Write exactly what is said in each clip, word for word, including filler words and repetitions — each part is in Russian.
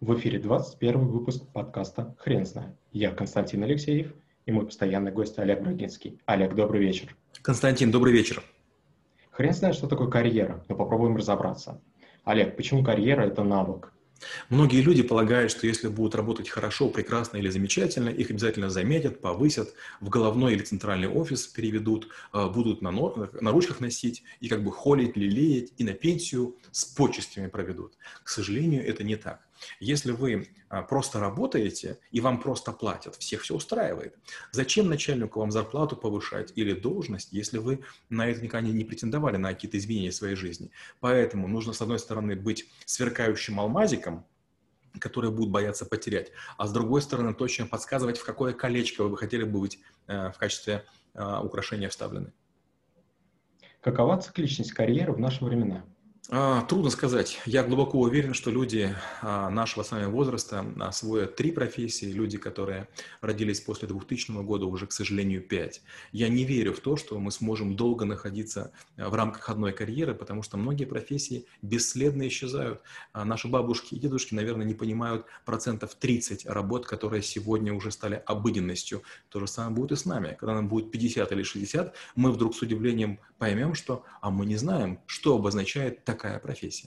В эфире двадцать первый выпуск подкаста «Хрен знает». Я Константин Алексеев и мой постоянный гость Олег Брагинский. Олег, добрый вечер. Константин, добрый вечер. Хрен знает, что такое карьера, но попробуем разобраться. Олег, почему карьера – это навык? Многие люди полагают, что если будут работать хорошо, прекрасно или замечательно, их обязательно заметят, повысят, в головной или центральный офис переведут, будут на, на ручках носить и как бы холить, лелеять, и на пенсию с почестями проведут. К сожалению, это не так. Если вы просто работаете и вам просто платят, всех все устраивает. Зачем начальнику вам зарплату повышать или должность, если вы на это никогда не претендовали на какие-то изменения в своей жизни? Поэтому нужно, с одной стороны, быть сверкающим алмазиком, которые будут бояться потерять, а с другой стороны, точно подсказывать, в какое колечко вы бы хотели бы быть э, в качестве э, украшения вставлены. Какова цикличность карьеры в наши времена? А, трудно сказать. Я глубоко уверен, что люди а, нашего с вами возраста освоят три профессии. Люди, которые родились после двухтысячного года, уже, к сожалению, пять. Я не верю в то, что мы сможем долго находиться в рамках одной карьеры, потому что многие профессии бесследно исчезают. А наши бабушки и дедушки, наверное, не понимают процентов тридцать работ, которые сегодня уже стали обыденностью. То же самое будет и с нами. Когда нам будет пятьдесят или шестьдесят, мы вдруг с удивлением поймем, что а мы не знаем, что обозначает такая профессия.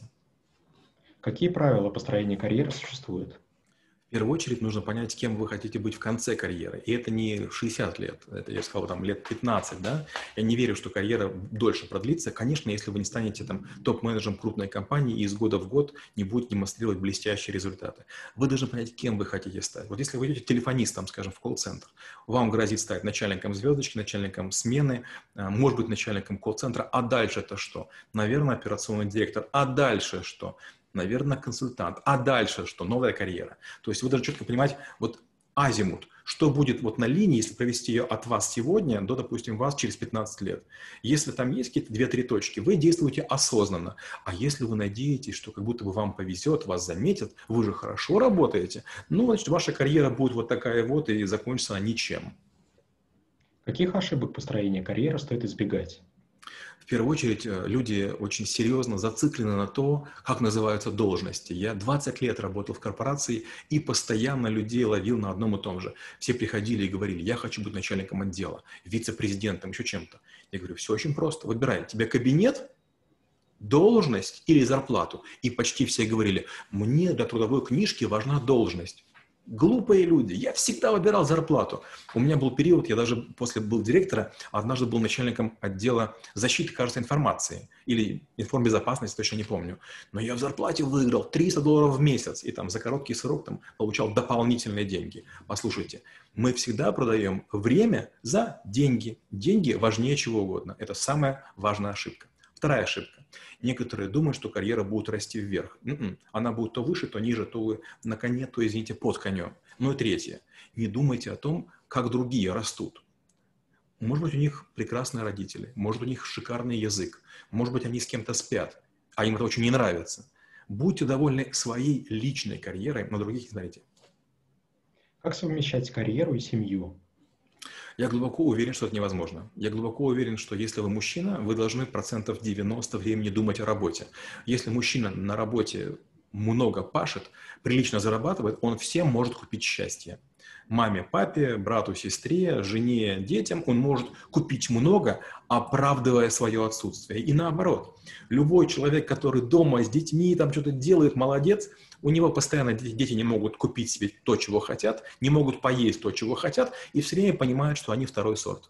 Какие правила построения карьеры существуют? В первую очередь нужно понять, кем вы хотите быть в конце карьеры. И это не шестьдесят лет, это я сказал там лет пятнадцать, да. Я не верю, что карьера дольше продлится. Конечно, если вы не станете там топ-менеджером крупной компании и из года в год не будете демонстрировать блестящие результаты. Вы должны понять, кем вы хотите стать. Вот если вы идете телефонистом, скажем, в колл-центр, вам грозит стать начальником звездочки, начальником смены, может быть, начальником колл-центра, а дальше это что? Наверное, операционный директор, а дальше что? Наверное, консультант. А дальше что? Новая карьера. То есть вы должны четко понимать, вот азимут, что будет вот на линии, если провести ее от вас сегодня до, допустим, вас через пятнадцать лет. Если там есть какие-то две-три точки, вы действуете осознанно. А если вы надеетесь, что как будто бы вам повезет, вас заметят, вы же хорошо работаете, ну, значит, ваша карьера будет вот такая вот и закончится она ничем. Каких ошибок построения карьеры стоит избегать? В первую очередь, люди очень серьезно зациклены на то, как называются должности. Я двадцать лет работал в корпорации и постоянно людей ловил на одном и том же. Все приходили и говорили: я хочу быть начальником отдела, вице-президентом, еще чем-то. Я говорю: все очень просто. Выбирай, тебе кабинет, должность или зарплату. И почти все говорили: мне для трудовой книжки важна должность. Глупые люди. Я всегда выбирал зарплату. У меня был период, я даже после был директора, однажды был начальником отдела защиты, кажется, информации или информбезопасности, точно не помню. Но я в зарплате выиграл триста долларов в месяц и там за короткий срок там получал дополнительные деньги. Послушайте, мы всегда продаем время за деньги. Деньги важнее чего угодно. Это самая важная ошибка. Вторая ошибка. Некоторые думают, что карьера будет расти вверх. Н-н. Она будет то выше, то ниже, то вы на коне, то, извините, под конем. Ну и третье. Не думайте о том, как другие растут. Может быть, у них прекрасные родители, может, у них шикарный язык, может быть, они с кем-то спят, а им это очень не нравится. Будьте довольны своей личной карьерой, но других не знаете. Как совмещать карьеру и семью? Я глубоко уверен, что это невозможно. Я глубоко уверен, что если вы мужчина, вы должны процентов девяносто времени думать о работе. Если мужчина на работе много пашет, прилично зарабатывает, он всем может купить счастье. Маме, папе, брату, сестре, жене, детям он может купить много, оправдывая свое отсутствие. И наоборот, любой человек, который дома с детьми там что-то делает, молодец, у него постоянно дети не могут купить себе то, чего хотят, не могут поесть то, чего хотят, и все время понимают, что они второй сорт.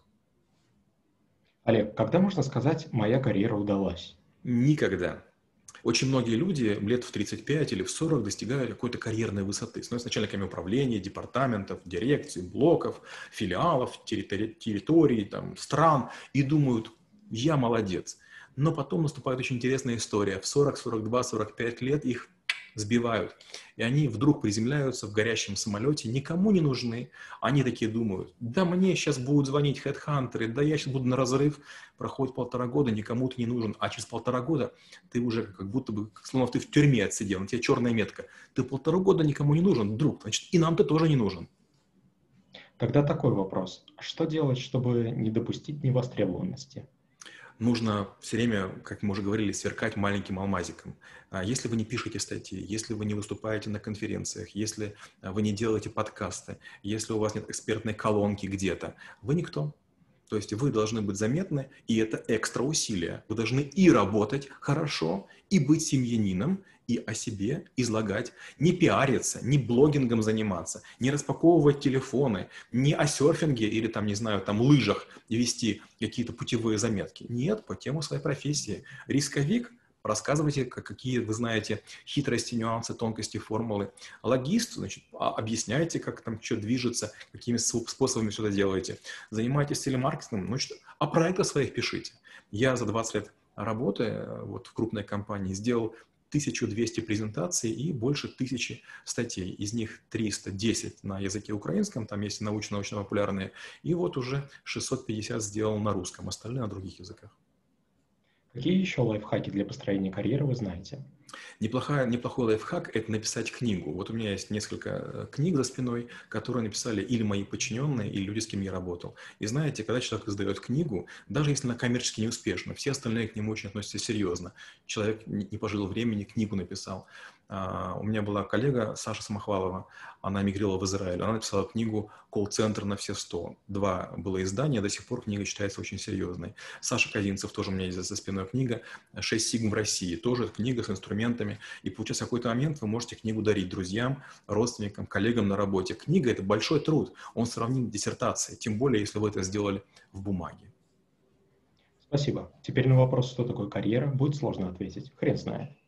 Олег, когда можно сказать «моя карьера удалась»? Никогда. Очень многие люди лет в тридцать пять или в сорок достигают какой-то карьерной высоты. Становятся начальниками управления, департаментов, дирекций, блоков, филиалов, территори- территорий, там, стран и думают: я молодец. Но потом наступает очень интересная история. В сорок, сорок два, сорок пять лет их сбивают. И они вдруг приземляются в горящем самолете, никому не нужны. Они такие думают: да мне сейчас будут звонить хедхантеры, да я сейчас буду на разрыв. Проходит полтора года, никому ты не нужен. А через полтора года ты уже как будто бы, словно ты в тюрьме отсидел, на тебе черная метка. Ты полтора года никому не нужен, друг, значит, и нам ты тоже не нужен. Тогда такой вопрос. Что делать, чтобы не допустить невостребованности? нужно все время, как мы уже говорили, сверкать маленьким алмазиком. А Если вы не пишете статьи, если вы не выступаете на конференциях, если а, вы не делаете подкасты, если у вас нет экспертной колонки где-то, вы никто. То есть вы должны быть заметны, и это экстра усилия. Вы должны и работать хорошо, и быть семьянином, и о себе излагать, не пиариться, не блогингом заниматься, не распаковывать телефоны, не о серфинге или там, не знаю, там лыжах вести какие-то путевые заметки. Нет, по тему своей профессии. Рисковик, рассказывайте, какие вы знаете хитрости, нюансы, тонкости, формулы. Логист, значит, а- объясняйте, как там что движется, какими способами все это делаете. Занимайтесь телемаркетингом, ну, что, о проектах своих пишите. Я за двадцать лет работы э, вот, в крупной компании сделал тысячу двести презентаций и больше тысячи статей. Из них триста десять на языке украинском, там есть научно-научно-популярные, и вот уже шестьсот пятьдесят сделал на русском, остальные на других языках. Какие еще лайфхаки для построения карьеры вы знаете? Неплохая, неплохой лайфхак – это написать книгу. Вот у меня есть несколько э, книг за спиной, которые написали или мои подчиненные, или люди, с кем я работал. И знаете, когда человек издает книгу, даже если она коммерчески не успешна, все остальные к нему очень относятся серьезно. Человек не пожил времени, книгу написал. А, У меня была коллега Саша Самохвалова, она эмигрировала в Израиль, она написала книгу «Колл-центр на все сто». Два было издания, до сих пор книга считается очень серьезной. Саша Казинцев, тоже у меня есть за спиной книга «Шесть сигм в России», тоже книга с инструментами. И получается, в какой-то момент вы можете книгу дарить друзьям, родственникам, коллегам на работе. Книга – это большой труд, он сравним с диссертацией, тем более, если вы это сделали в бумаге. Спасибо. Теперь на вопрос, что такое карьера, будет сложно ответить. Хрен знает.